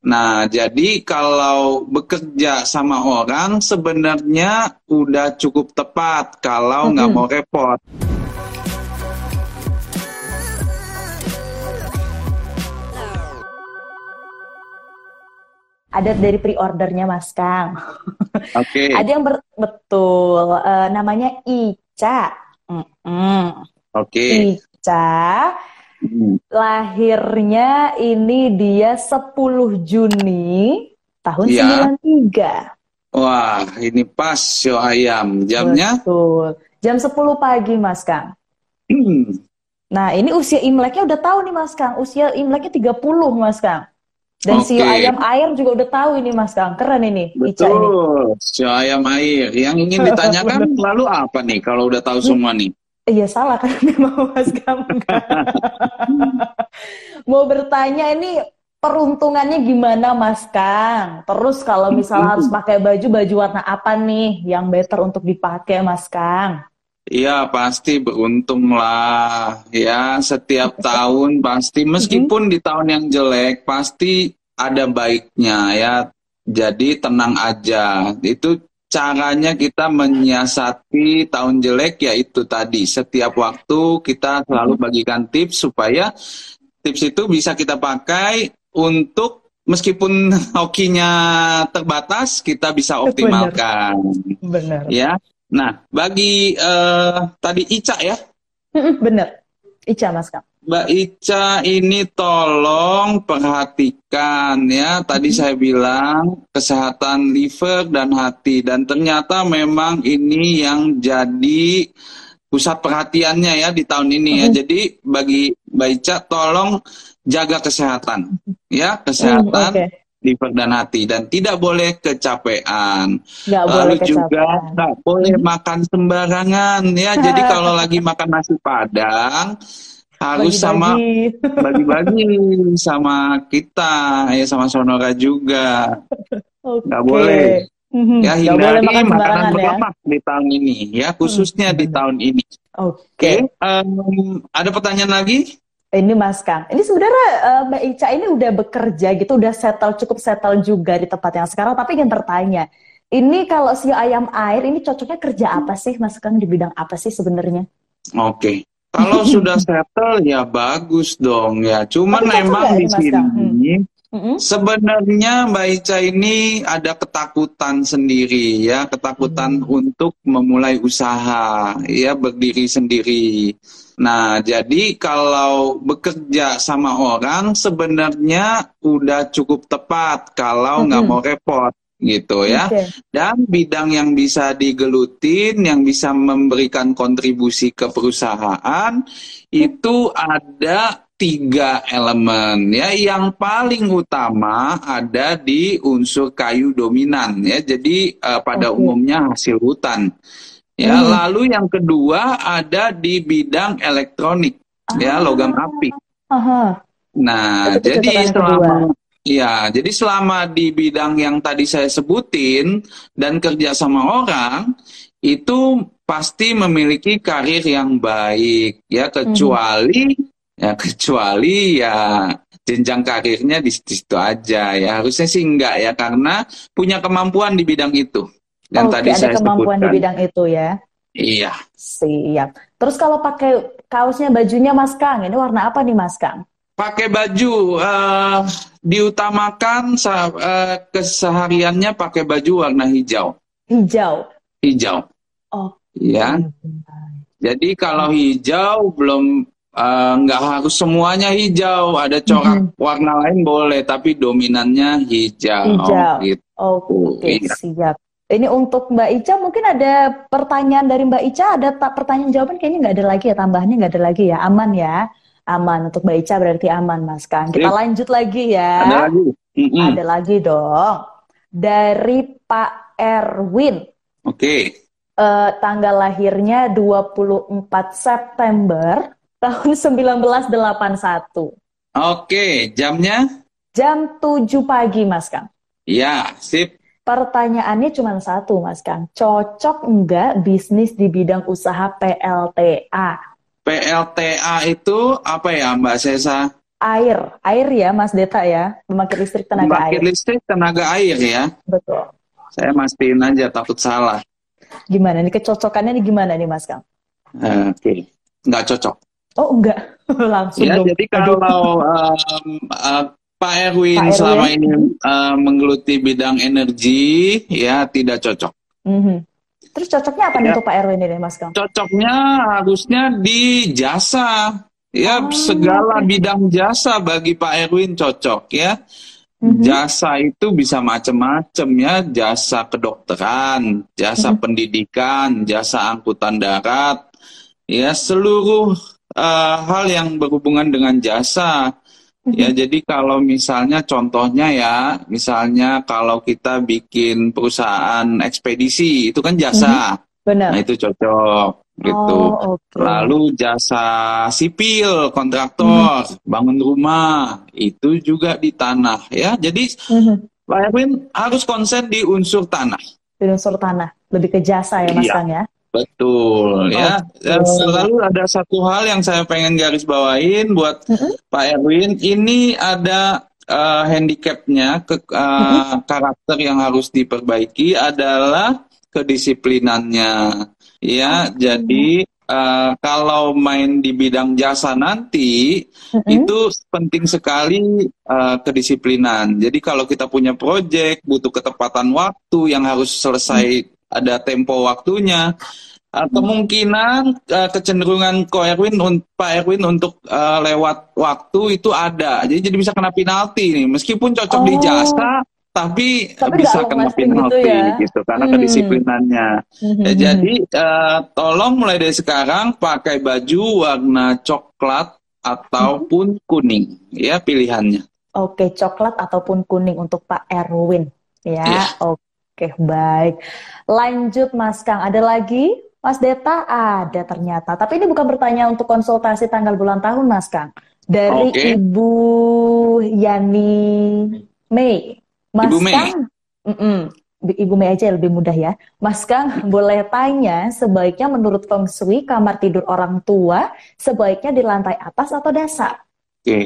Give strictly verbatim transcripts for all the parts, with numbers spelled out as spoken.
Nah, jadi kalau bekerja sama orang sebenarnya udah cukup tepat kalau nggak Mm-mm. mau repot. Ada dari pre-ordernya Mas Kang. Oke, Ada yang ber- betul, eh, namanya Ica. Mm-mm. oke. Ica, Hmm. lahirnya ini dia sepuluh Juni tahun Ya, sembilan tiga. wah ini pas show ayam. Jamnya? Betul. Jam sepuluh pagi Mas Kang. Hmm. Nah, ini usia Imleknya udah tahu nih Mas Kang. Usia Imleknya tiga puluh Mas Kang. Dan sio Oke, ayam air juga udah tahu ini Mas Kang. Keren ini, Ica ini. betul. Show ayam air. Yang ingin ditanyakan Bener. lalu apa nih kalau udah tahu Hmm, semua nih? iya salah kan memang Mas Kang. Mau bertanya ini peruntungannya gimana Mas Kang? Terus kalau misalnya harus Hmm. pakai baju, baju warna apa nih yang better untuk dipakai Mas Kang? Iya, pasti beruntung lah. Ya, setiap tahun pasti, Mm-mm. meskipun di tahun yang jelek, pasti ada baiknya ya. Jadi tenang aja. Itu caranya kita menyiasati tahun jelek, yaitu tadi. Setiap waktu kita selalu Mm-mm. bagikan tips supaya tips itu bisa kita pakai untuk meskipun hokinya terbatas, kita bisa Bener, optimalkan. bener. Ya. Nah, bagi eh, tadi Ica ya, Mm-mm, bener. Ica Mas Kang. Mbak Ica ini tolong perhatikan ya. Tadi Mm-mm. saya bilang kesehatan liver dan hati dan ternyata memang ini yang jadi pusat perhatiannya ya di tahun ini ya. Mm-mm. Jadi bagi Mbak Ica tolong jaga kesehatan ya, Mm, oke. kesehatan liver dan hati dan tidak boleh kecapean. Nggak boleh Lalu juga kecapean. nggak boleh Mhm. makan sembarangan ya. Jadi kalau lagi makan nasi Padang harus sama Bagi-bagi. bagi-bagi sama kita ya, sama Sonora juga. Nggak Oke. boleh. Mhm. Ya, Nggak boleh hindari makan makanan sembarangan ya. berlemak di tahun ini ya, Mm, khususnya di bener. tahun ini. Oke, Oke. em, ada pertanyaan lagi? Ini Mas Kang. Ini sebenarnya eh, Mbak Ica ini udah bekerja gitu, udah settle, cukup settle juga di tempat yang sekarang. Tapi ingin bertanya, ini kalau sio ayam air, ini cocoknya kerja apa sih Mas Kang? Di bidang apa sih sebenarnya? Oke. Kalau sudah settle ya bagus dong ya. Tapi Cuman cocok memang nggak di ini Mas Kang? Hmm. sini Mm-mm. sebenarnya Mbak Ica ini ada ketakutan sendiri ya, ketakutan Hmm. untuk memulai usaha ya, berdiri sendiri. Nah, jadi kalau bekerja sama orang sebenarnya udah cukup tepat kalau nggak mau Mm-mm. repot gitu ya. Oke. Dan bidang yang bisa digelutin, yang bisa memberikan kontribusi ke perusahaan itu ada tiga elemen ya. Yang paling utama ada di unsur kayu dominan ya. Jadi eh, pada Oke. umumnya hasil hutan. Ya, Hmm. lalu yang kedua ada di bidang elektronik ya, logam Ah, api. aha. Nah, Itu kecocokan jadi yang kedua. selama ya, jadi selama di bidang yang tadi saya sebutin dan kerja sama orang itu pasti memiliki karir yang baik ya, Mhm. kecuali ya kecuali ya jenjang karirnya di situ aja ya. Harusnya sih enggak ya, karena punya kemampuan di bidang itu yang Oke, tadi ada saya kemampuan di sebutkan. bidang itu ya. Iya. Siap. Terus kalau pakai kaosnya, bajunya Mas Kang, ini warna apa nih Mas Kang? Pakai baju eh, diutamakan sa- eh, kesehariannya pakai baju warna hijau. Hijau. Hijau, ya. Oke. Jadi kalau hijau belum eh, nggak harus semuanya hijau, ada corak Mhm. warna lain boleh, tapi dominannya hijau Hijau. gitu. Oke, Iya. siap. Ini untuk Mbak Ica, mungkin ada pertanyaan dari Mbak Ica, ada tak pertanyaan jawaban kayaknya nggak ada lagi ya, tambahannya nggak ada lagi ya, aman ya, aman untuk Mbak Ica berarti aman Mas Kang. Kita Sip. lanjut lagi Ada ya, lagi? Mm-mm. ada lagi dong. Dari Pak Erwin, Oke. eh, tanggal lahirnya dua puluh empat September tahun seribu sembilan ratus delapan puluh satu. Oke, jamnya? Jam tujuh pagi, Mas Kang. Ya, sip. Pertanyaannya cuma satu, Mas Kang. Cocok nggak bisnis di bidang usaha P L T A? P L T A itu apa ya, Mbak Sesa? air, air ya Mas Deta ya, pembangkit listrik tenaga Pembangkit air. listrik tenaga air ya. Betul. Saya mastiin aja takut salah. Gimana nih kecocokannya nih gimana nih Mas Kang? Eh, Oke, nggak cocok. Oh enggak, langsung Ya, dong. jadi Aduh, kalau um, uh, Pak Pak Erwin selama Erwin. ini uh, menggeluti bidang energi, ya tidak cocok. Mhm. Terus cocoknya apa nih Ya, untuk Pak Erwin ini Mas Kang? cocoknya harusnya di jasa. Ya, Ah, segala oke. bidang jasa bagi Pak Erwin cocok ya. Mhm, Jasa itu bisa macam-macam ya, jasa kedokteran, jasa mhm, pendidikan, jasa angkutan darat, ya seluruh eh, hal yang berhubungan dengan jasa. Ya, mhm, jadi kalau misalnya contohnya ya, misalnya kalau kita bikin perusahaan ekspedisi, itu kan mhm. jasa. Nah, Benar. itu cocok gitu. Oh, oke. Lalu jasa sipil, Mhm, kontraktor, bangun rumah, itu juga di tanah ya. Jadi mhm. Pak Erwin harus konsen di unsur tanah. Di unsur tanah, lebih ke jasa ya Mas Iya, Kang ya. betul ya. Oke. Dan selalu ada satu hal yang saya pengen garis bawain buat Mhm, Pak Erwin. Ini ada eh, handicapnya, ke, mhm, eh, karakter yang harus diperbaiki adalah kedisiplinannya. Ya, oke. jadi eh, kalau main di bidang jasa nanti Mhm, itu penting sekali eh, kedisiplinan. Jadi kalau kita punya proyek butuh ketepatan waktu yang harus mhm, selesai ada tempo waktunya. Uh, mhm. kemungkinan uh, kecenderungan Ko Erwin, un- Pak Erwin untuk uh, lewat waktu itu ada. Jadi jadi bisa kena penalti nih. Meskipun cocok di Oh, jasa, tapi tapi nggak bisa long kena lasting gitu penalti ya. gitu karena Hmm. kedisiplinannya. Mhm, Ya, mhm. jadi uh, tolong mulai dari sekarang pakai baju warna coklat Mhm. ataupun kuning ya pilihannya. Oke, coklat ataupun kuning untuk Pak Erwin. Iya. Ya, oke, baik. Lanjut Mas Kang, ada lagi? Mas Deta ada ternyata. Tapi ini bukan pertanyaan untuk konsultasi tanggal bulan tahun Mas Kang. Dari Oke, Ibu Yani Mei. Ibu Mas Mei. Kang, mm-mm. Ibu Mei aja lebih mudah ya. Mas Kang, boleh tanya sebaiknya menurut Feng Shui kamar tidur orang tua sebaiknya di lantai atas atau dasar? Oke.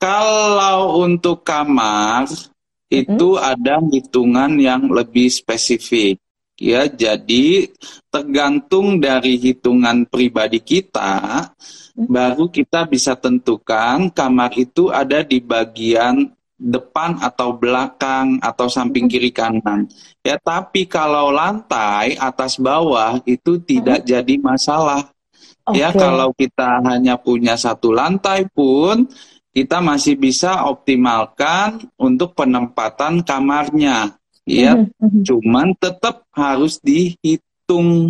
Kalau untuk kamar itu Mm-mm. ada hitungan yang lebih spesifik. Ya, jadi tergantung dari hitungan pribadi kita, baru kita bisa tentukan kamar itu ada di bagian depan atau belakang atau samping Mm-mm. kiri kanan. Ya, tapi kalau lantai atas bawah itu Mm-mm. tidak jadi masalah. Ya, Oke. kalau kita hanya punya satu lantai pun, kita masih bisa optimalkan untuk penempatan kamarnya. Ya, Mhm, mhm. cuman tetap harus dihitung.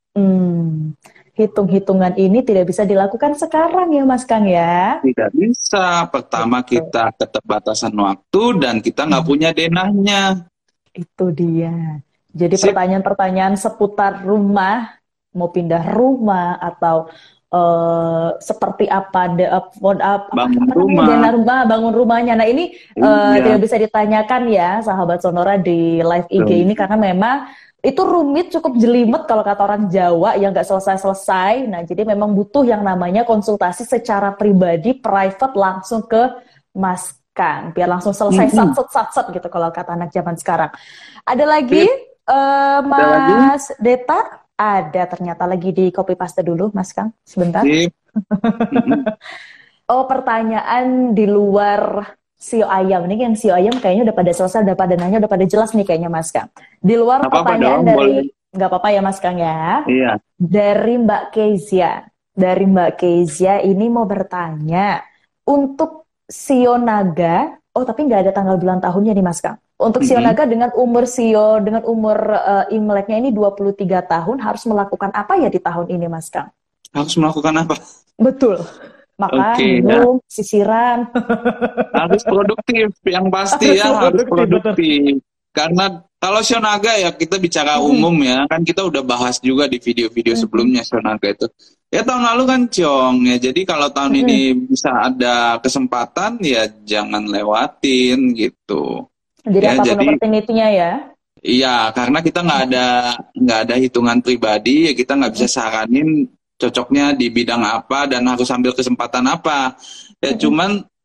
Hmm. Hitung-hitungan ini tidak bisa dilakukan sekarang ya Mas Kang ya. Tidak bisa. Pertama Betul. kita keterbatasan waktu dan kita nggak Hmm. punya denahnya. Itu dia. Jadi Sip, pertanyaan-pertanyaan seputar rumah, mau pindah rumah atau eh, seperti apa de, apa, apa bangun apa namanya rumah. dana rumah, bangun rumahnya. Nah ini eh, Iya, tidak bisa ditanyakan ya sahabat Sonora di live I G betul. ini karena memang itu rumit, cukup jelimet kalau kata orang Jawa yang nggak selesai-selesai. Nah jadi memang butuh yang namanya konsultasi secara pribadi, private langsung ke Mas Kang biar langsung selesai Mm-mm. satset satset gitu kalau kata anak zaman sekarang. Ada lagi, Sip, eh, ada lagi? Mas Deta? Ada ternyata lagi di copy paste dulu, Mas Kang. Sebentar. Sip. Mm-mm. Oh, pertanyaan di luar sio ayam. Ini yang sio ayam kayaknya udah pada selesai, udah pada nanya, udah pada jelas nih kayaknya, Mas Kang. Di luar Nggak apa-apa pertanyaan dong, boleh. dari, nggak apa-apa ya, Mas Kang ya. Iya. Dari Mbak Kezia. Dari Mbak Kezia ini mau bertanya, untuk sio naga, oh tapi nggak ada tanggal bulan tahunnya nih, Mas Kang. Untuk sio Mm-mm. naga dengan umur sio, dengan umur eh, Imleknya ini dua puluh tiga tahun, harus melakukan apa ya di tahun ini, Mas Kang? Harus melakukan apa? Betul. Makan, Oke, ya. minum, sisiran, Harus produktif, yang pasti harus ya harus produktif, betul. produktif. Karena kalau Shonaga ya kita bicara Mm-mm. umum ya, kan kita udah bahas juga di video-video Mm-mm. sebelumnya Shonaga itu. Ya tahun lalu kan Ciong ya, jadi kalau tahun Mm-mm. ini bisa ada kesempatan ya jangan lewatin gitu. Jadi Ya apapun jadi opportunity-nya ya. iya karena kita nggak ada nggak ada hitungan pribadi ya kita nggak bisa saranin cocoknya di bidang apa dan harus ambil kesempatan apa. Ya Mm-mm. cuman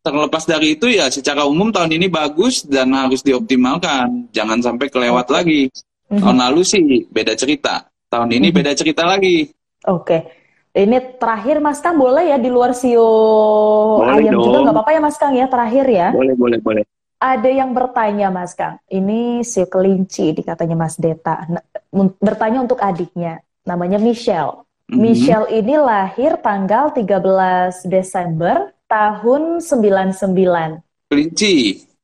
terlepas dari itu ya secara umum tahun ini bagus dan harus dioptimalkan. Jangan sampai kelewat Oke. lagi. Mhm. Tahun lalu sih beda cerita. Tahun ini Mhm. beda cerita lagi. Oke. Ini terakhir Mas Kang boleh ya di luar sio Boleh ayam juga nggak dong. apa-apa ya Mas Kang ya terakhir ya. Boleh, boleh, boleh. Ada yang bertanya Mas Kang. Ini sio kelinci dikatanya Mas Deta. Nah, mun- bertanya untuk adiknya. Namanya Michelle. Mhm. Michelle ini lahir tanggal tiga belas Desember tahun sembilan puluh sembilan. Kelinci.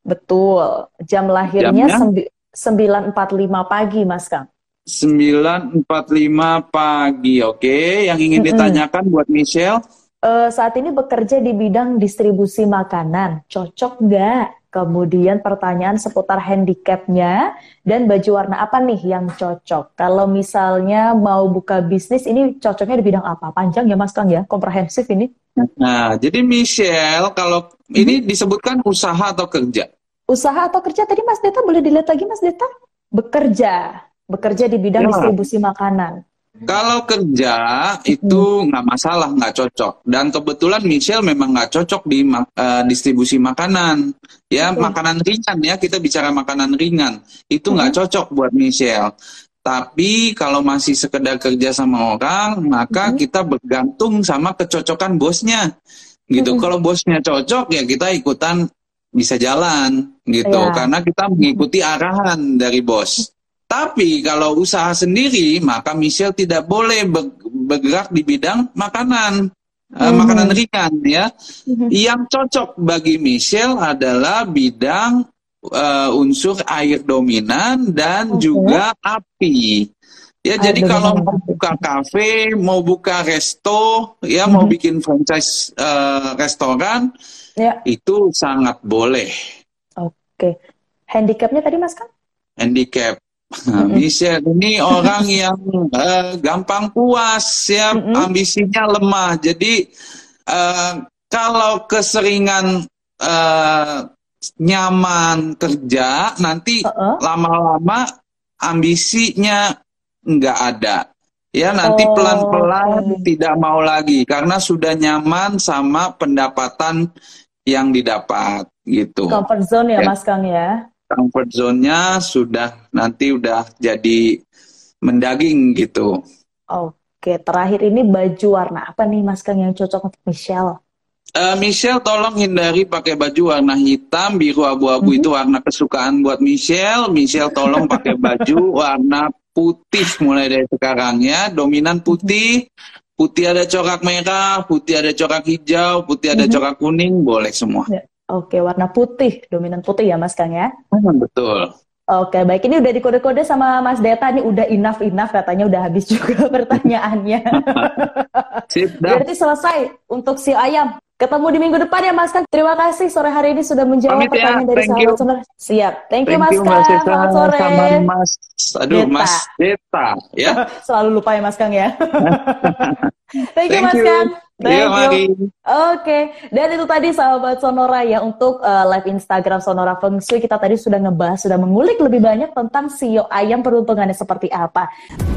Betul. Jam lahirnya Jamnya sembi- sembilan empat puluh lima pagi Mas Kang. sembilan empat puluh lima pagi. Oke, yang ingin Mm-mm. ditanyakan buat Michelle, Eh, saat ini bekerja di bidang distribusi makanan, cocok nggak? Kemudian pertanyaan seputar handicapnya dan baju warna apa nih yang cocok? Kalau misalnya mau buka bisnis, ini cocoknya di bidang apa? Panjang ya Mas Kang ya, komprehensif ini. nah, jadi Michelle, kalau ini Mhm. disebutkan usaha atau kerja? Usaha atau kerja tadi Mas Deta, boleh dilihat lagi Mas Deta? Bekerja, bekerja di bidang Ya, distribusi makanan. kalau kerja Mhm. itu nggak masalah, nggak cocok. Dan kebetulan Michelle memang nggak cocok di ma- eh, distribusi makanan. Ya, Oke. makanan ringan ya, kita bicara makanan ringan. Itu nggak Mhm. cocok buat Michelle. Tapi kalau masih sekedar kerja sama orang, maka Mhm. kita bergantung sama kecocokan bosnya. Gitu. Mhm. Kalau bosnya cocok, ya kita ikutan bisa jalan. Gitu. Ya. Karena kita Mhm. mengikuti arahan dari bos. Tapi kalau usaha sendiri, maka Michelle tidak boleh ber- bergerak di bidang makanan, eh, makanan Mhm. ringan ya. Mhm. Yang cocok bagi Michelle adalah bidang eh, unsur air dominan dan Oke. juga api. Ya, Air jadi kalau dominan dan mau api. buka kafe, mau buka resto, ya mau Mhm. bikin franchise eh, restoran, Ya. itu sangat boleh. Oke. Handicapnya tadi Mas Kang? Handicap. Mm-mm. Michelle ini orang yang eh, gampang puas ya, Mm-mm. ambisinya lemah. Jadi eh, kalau keseringan eh, nyaman kerja, nanti Uh-uh. lama-lama ambisinya nggak ada. Ya, nanti Oh, pelan-pelan oke. tidak mau lagi karena sudah nyaman sama pendapatan yang didapat gitu. Comfort zone ya Ya, Mas Kang ya. comfort zone-nya sudah nanti udah jadi mendaging gitu. Oke, terakhir ini baju warna apa nih Mas Kang yang cocok untuk Michelle? Eh, Michelle, tolong hindari pakai baju warna hitam, biru, abu-abu Mhm. itu warna kesukaan buat Michelle. Michelle, tolong pakai baju warna putih mulai dari sekarang ya. Dominan Mhm. putih, putih ada corak merah, putih ada corak hijau, putih ada Mhm. corak kuning, boleh semua. Ya. Oke, warna putih, dominan putih ya Mas Kang ya. Hmm, betul. Oke, baik, ini udah dikode-kode sama Mas Deta nih, udah enough-enough katanya, udah habis juga pertanyaannya. Sip, dah. Berarti selesai untuk si ayam. Ketemu di minggu depan ya Mas Kang. Terima kasih sore hari ini sudah menjawab Pamit ya, pertanyaan dari thank you. sahabat sonora. Siap. Thank you Thank Mas you Mbak Kang. Seta Selamat sore. sama Mas, aduh Deta. Mas Deta ya. Selalu lupa ya Mas Kang ya. Thank you Thank Mas you. Kang. Iya, Thank you. mari. Oke, dan itu tadi sahabat Sonora ya untuk uh, live Instagram Sonora Feng Shui, kita tadi sudah ngebahas, sudah mengulik lebih banyak tentang sio ayam peruntungannya seperti apa.